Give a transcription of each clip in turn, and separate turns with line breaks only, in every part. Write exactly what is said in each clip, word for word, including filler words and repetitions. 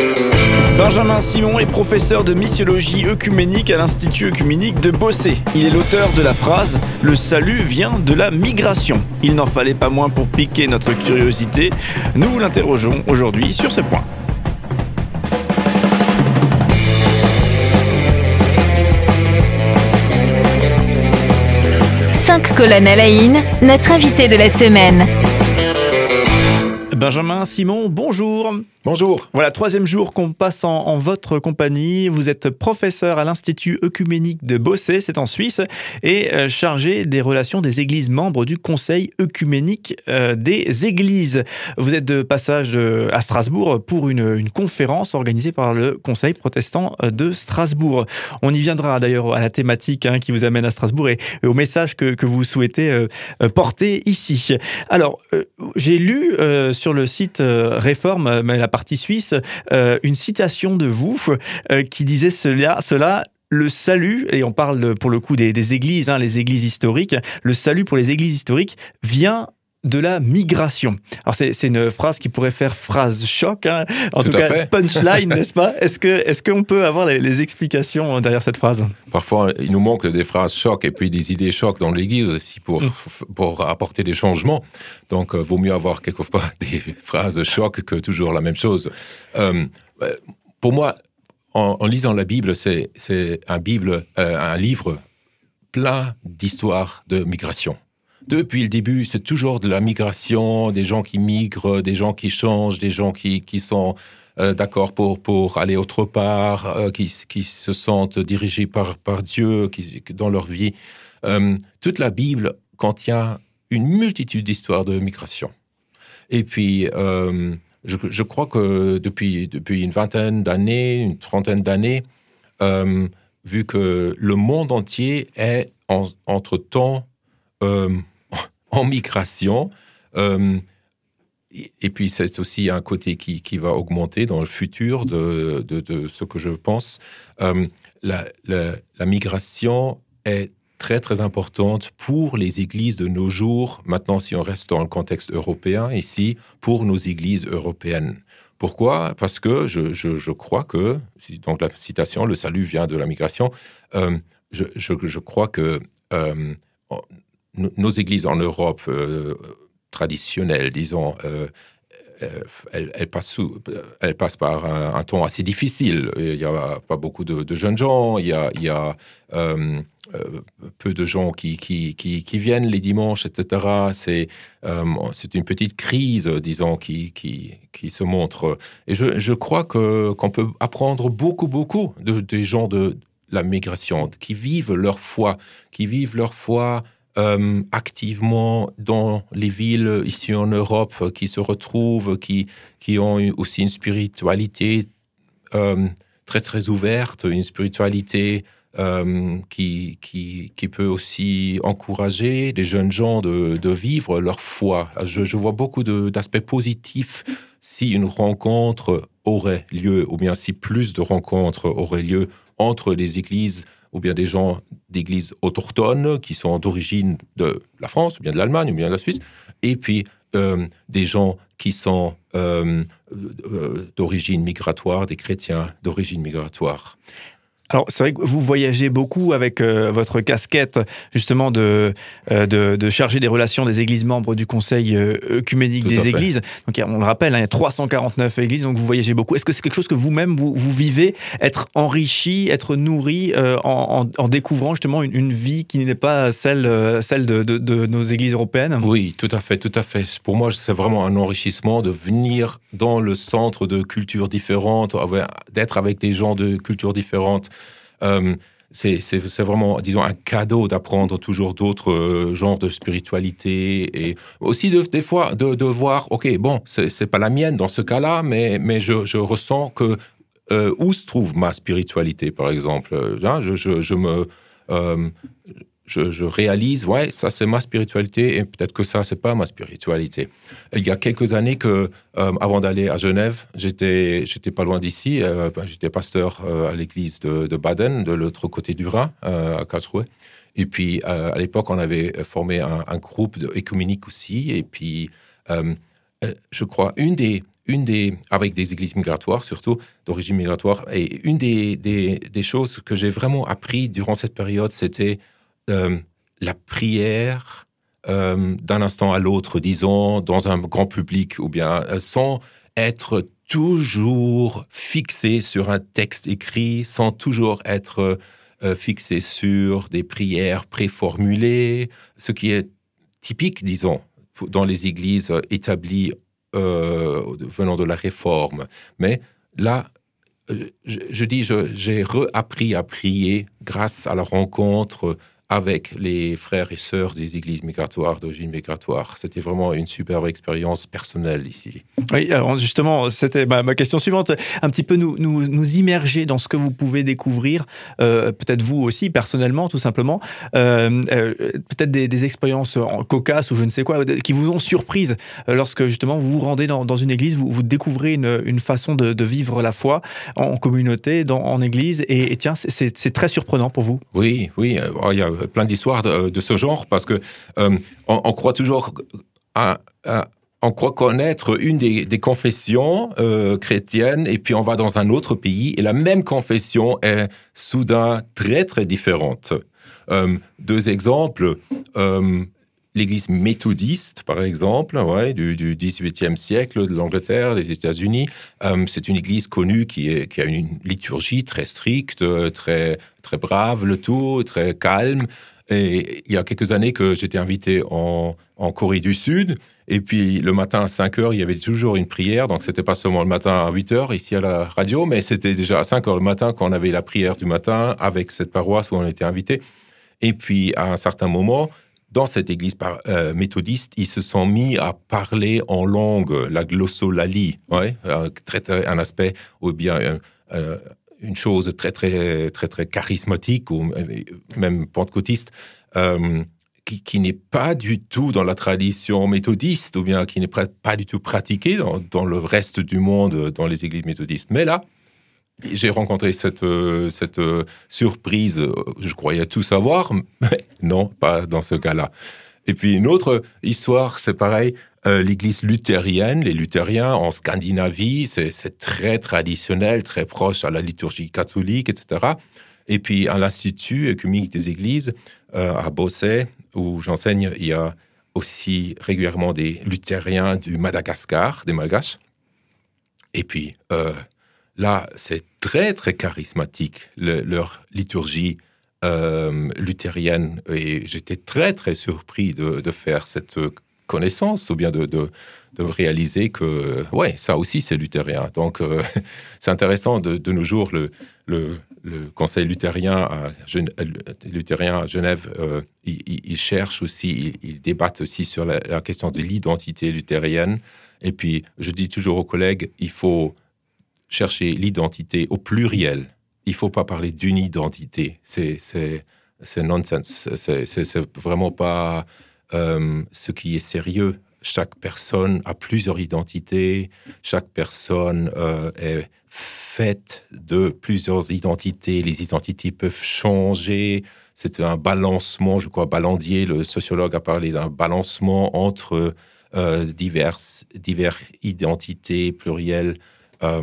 Benjamin Simon est professeur de missiologie œcuménique à l'Institut œcuménique de Bossé. Il est l'auteur de la phrase « Le salut vient de la migration ». Il n'en fallait pas moins pour piquer notre curiosité. Nous l'interrogeons aujourd'hui sur ce point.
cinq colonnes à la une, notre invité de la semaine.
Benjamin Simon, bonjour.
Bonjour.
Voilà, troisième jour qu'on passe en, en votre compagnie. Vous êtes professeur à l'Institut œcuménique de Bossé, c'est en Suisse, et euh, chargé des relations des églises membres du Conseil œcuménique euh, des églises. Vous êtes de passage euh, à Strasbourg pour une, une conférence organisée par le Conseil protestant de Strasbourg. On y viendra d'ailleurs à la thématique hein, qui vous amène à Strasbourg et, et au message que, que vous souhaitez euh, porter ici. Alors, euh, j'ai lu euh, sur le site euh, Réforme, mais la partie suisse, euh, une citation de vous euh, qui disait cela, cela le salut, et on parle de, pour le coup des, des églises, hein, les églises historiques, le salut pour les églises historiques vient de la migration. Alors c'est, c'est une phrase qui pourrait faire phrase choc, hein, en tout, tout cas fait. Punchline, n'est-ce pas? Est-ce que, est-ce qu'on peut avoir les, les explications derrière cette phrase?
Parfois, il nous manque des phrases choc et puis des idées choc dans l'Église aussi pour, mmh. pour apporter des changements. Donc, euh, vaut mieux avoir quelquefois des phrases choc que toujours la même chose. Euh, pour moi, en, en lisant la Bible, c'est, c'est un, Bible, euh, un livre plein d'histoires de migration. Depuis le début, c'est toujours de la migration, des gens qui migrent, des gens qui changent, des gens qui, qui sont euh, d'accord pour, pour aller autre part, euh, qui, qui se sentent dirigés par, par Dieu qui, dans leur vie. Euh, toute la Bible contient une multitude d'histoires de migration. Et puis, euh, je, je crois que depuis, depuis une vingtaine d'années, une trentaine d'années, euh, vu que le monde entier est en, entre-temps euh, en migration, euh, et puis c'est aussi un côté qui, qui va augmenter dans le futur de, de, de ce que je pense. Euh, la, la, la migration est très très importante pour les églises de nos jours, maintenant si on reste dans le contexte européen, ici, pour nos églises européennes. Pourquoi? Parce que je, je, je crois que, donc la citation, le salut vient de la migration, euh, je, je, je crois que euh, nos églises en Europe euh, traditionnelles, disons, euh, euh, elles, elles, passent sous, elles passent par un, un temps assez difficile. Il n'y a pas beaucoup de, de jeunes gens, il y a, il y a euh, euh, peu de gens qui, qui, qui, qui viennent les dimanches, et cetera. C'est, euh, c'est une petite crise, disons, qui, qui, qui se montre. Et je, je crois que, qu'on peut apprendre beaucoup, beaucoup de, des gens de la migration, qui vivent leur foi, qui vivent leur foi Euh, activement dans les villes ici en Europe, qui se retrouvent, qui, qui ont aussi une spiritualité euh, très très ouverte, une spiritualité euh, qui, qui, qui peut aussi encourager les jeunes gens de, de vivre leur foi. Je, je vois beaucoup de, d'aspects positifs si une rencontre aurait lieu, ou bien si plus de rencontres auraient lieu entre les églises ou bien des gens d'églises autochtones qui sont d'origine de la France, ou bien de l'Allemagne, ou bien de la Suisse, et puis euh, des gens qui sont euh, euh, d'origine migratoire, des chrétiens d'origine migratoire.
Alors, c'est vrai que vous voyagez beaucoup avec euh, votre casquette, justement, de, euh, de, de chargé des relations des églises membres du Conseil euh, œcuménique Tout des églises. Donc, on le rappelle, hein, il y a trois cent quarante-neuf églises, donc vous voyagez beaucoup. Est-ce que c'est quelque chose que vous-même, vous, vous vivez, être enrichi, être nourri euh, en, en, en découvrant justement une, une vie qui n'est pas celle, euh, celle de, de, de nos églises européennes?
Oui, tout à fait, tout à fait. Pour moi, c'est vraiment un enrichissement de venir dans le centre de cultures différentes, d'être avec des gens de cultures différentes. Euh, c'est, c'est, c'est vraiment, disons, un cadeau d'apprendre toujours d'autres euh, genres de spiritualité et aussi de, des fois de, de voir, ok, bon, c'est, c'est pas la mienne dans ce cas-là, mais, mais je, je ressens que euh, où se trouve ma spiritualité, par exemple. Hein, je, je, je me... Euh, Je, je réalise, ouais, ça c'est ma spiritualité et peut-être que ça c'est pas ma spiritualité. Il y a quelques années que, euh, avant d'aller à Genève, j'étais, j'étais pas loin d'ici, euh, j'étais pasteur euh, à l'église de, de Baden, de l'autre côté du Rhin, euh, à Karlsruhe. Et puis euh, à l'époque, on avait formé un, un groupe écuménique aussi. Et puis euh, euh, je crois, une des, une des, avec des églises migratoires, surtout d'origine migratoire, et une des, des, des choses que j'ai vraiment appris durant cette période, c'était euh, la prière euh, d'un instant à l'autre, disons, dans un grand public, ou bien euh, sans être toujours fixé sur un texte écrit, sans toujours être euh, fixé sur des prières préformulées, ce qui est typique, disons, dans les églises établies euh, venant de la Réforme. Mais là, je, je dis, je, j'ai réappris à prier grâce à la rencontre avec les frères et sœurs des églises migratoires, d'origine migratoire. C'était vraiment une superbe expérience personnelle ici.
Oui, alors justement, c'était ma, ma question suivante. Un petit peu nous, nous, nous immerger dans ce que vous pouvez découvrir, euh, peut-être vous aussi, personnellement, tout simplement. Euh, euh, peut-être des, des expériences cocasses ou je ne sais quoi, qui vous ont surprise lorsque justement vous vous rendez dans, dans une église, vous, vous découvrez une, une façon de, de vivre la foi en communauté, dans, en église. Et, et tiens, c'est, c'est très surprenant pour vous.
Oui, oui. Oh, il y a plein d'histoires de, de ce genre parce que euh, on, on croit toujours à, à, on croit connaître une des, des confessions euh, chrétiennes et puis on va dans un autre pays et la même confession est soudain très très différente. Euh, deux exemples. Euh, L'église méthodiste, par exemple, ouais, du, du dix-huitième siècle de l'Angleterre, des États-Unis, euh, c'est une église connue qui, est, qui a une liturgie très stricte, très, très brave, le tout, très calme. Et il y a quelques années que j'étais invité en, en Corée du Sud, et puis le matin à cinq heures, il y avait toujours une prière, donc c'était pas seulement le matin à huit heures ici à la radio, mais c'était déjà à cinq heures le matin qu'on avait la prière du matin avec cette paroisse où on était invité. Et puis à un certain moment, dans cette église par, euh, méthodiste, ils se sont mis à parler en langue, la glossolalie, ouais, un, très, très, un aspect ou bien euh, euh, une chose très très très très charismatique ou même pentecôtiste euh, qui, qui n'est pas du tout dans la tradition méthodiste ou bien qui n'est pas du tout pratiquée dans, dans le reste du monde dans les églises méthodistes. Mais là, j'ai rencontré cette, euh, cette euh, surprise, je croyais tout savoir, mais non, pas dans ce cas-là. Et puis une autre histoire, c'est pareil, euh, l'église luthérienne, les luthériens en Scandinavie, c'est, c'est très traditionnel, très proche à la liturgie catholique, et cetera. Et puis à l'Institut œcuménique des églises, euh, à Beausset, où j'enseigne, il y a aussi régulièrement des luthériens du Madagascar, des Malgaches. Et puis... Euh, Là, c'est très, très charismatique, le, leur liturgie euh, luthérienne. Et j'étais très, très surpris de, de faire cette connaissance, ou bien de, de, de réaliser que, ouais, ça aussi, c'est luthérien. Donc, euh, c'est intéressant, de, de nos jours, le, le, le Conseil luthérien à, Gen- luthérien à Genève, euh, il, il cherche aussi, il, il débatte aussi sur la, la question de l'identité luthérienne. Et puis, je dis toujours aux collègues, il faut... chercher l'identité au pluriel. Il ne faut pas parler d'une identité. C'est, c'est, c'est nonsense. C'est, c'est, c'est vraiment pas euh, ce qui est sérieux. Chaque personne a plusieurs identités. Chaque personne euh, est faite de plusieurs identités. Les identités peuvent changer. C'est un balancement, je crois, Ballandier, le sociologue, a parlé d'un balancement entre euh, diverses, diverses identités plurielles. Euh,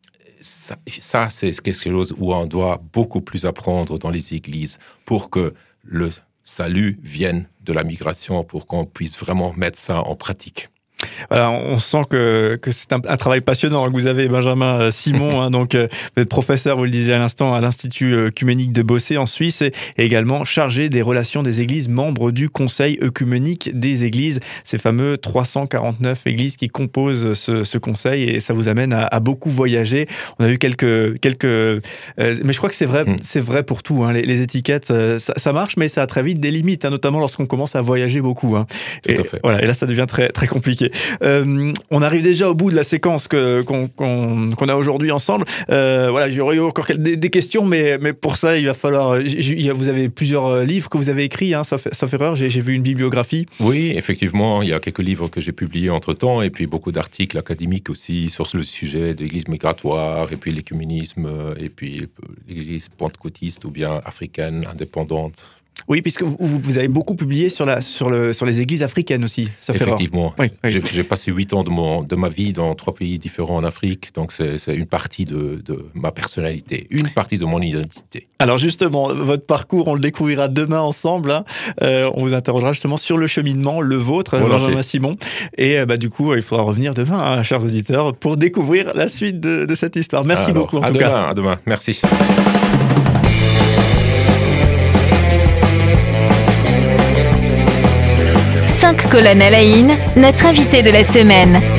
Ça, ça, c'est quelque chose où on doit beaucoup plus apprendre dans les églises pour que le salut vienne de la migration, pour qu'on puisse vraiment mettre ça en pratique.
Voilà, on sent que, que c'est un, un travail passionnant que vous avez, Benjamin Simon. hein, donc, euh, vous êtes professeur, vous le disiez à l'instant, à l'Institut œcuménique de Beausset en Suisse et, et également chargé des relations des églises, membre du Conseil œcuménique des églises, ces fameux trois cent quarante-neuf églises qui composent ce, ce conseil et ça vous amène à, à beaucoup voyager. On a vu quelques... quelques euh, mais je crois que c'est vrai, mmh. c'est vrai pour tout. Hein, les, les étiquettes, ça, ça marche, mais ça a très vite des limites, hein, notamment lorsqu'on commence à voyager beaucoup. Hein.
Tout
et,
à fait.
Voilà, et là, ça devient très, très compliqué. Euh, on arrive déjà au bout de la séquence que, qu'on, qu'on, qu'on a aujourd'hui ensemble. Euh, voilà, j'aurais eu encore des, des questions, mais, mais pour ça, il va falloir... Vous avez plusieurs livres que vous avez écrits, hein, sauf, sauf erreur, j'ai, j'ai vu une bibliographie.
Oui, effectivement, il y a quelques livres que j'ai publiés entre-temps, et puis beaucoup d'articles académiques aussi sur le sujet de l'église migratoire, et puis l'écuménisme, et puis l'église pentecôtiste ou bien africaine, indépendante.
Oui, puisque vous, vous avez beaucoup publié sur, la, sur, le, sur les églises africaines aussi.
Effectivement.
Oui, oui.
J'ai, j'ai passé huit ans de, mon, de ma vie dans trois pays différents en Afrique, donc c'est, c'est une partie de, de ma personnalité, une partie de mon identité.
Alors justement, votre parcours, on le découvrira demain ensemble. Hein. Euh, on vous interrogera justement sur le cheminement, le vôtre,
Bon,
Benjamin Simon. Et bah, du coup, il faudra revenir demain, hein, chers auditeurs, pour découvrir la suite de, de cette histoire. Merci
Alors,
beaucoup en
à
tout
demain,
cas.
À demain, merci.
cinq colonnes à la une, notre invité de la semaine.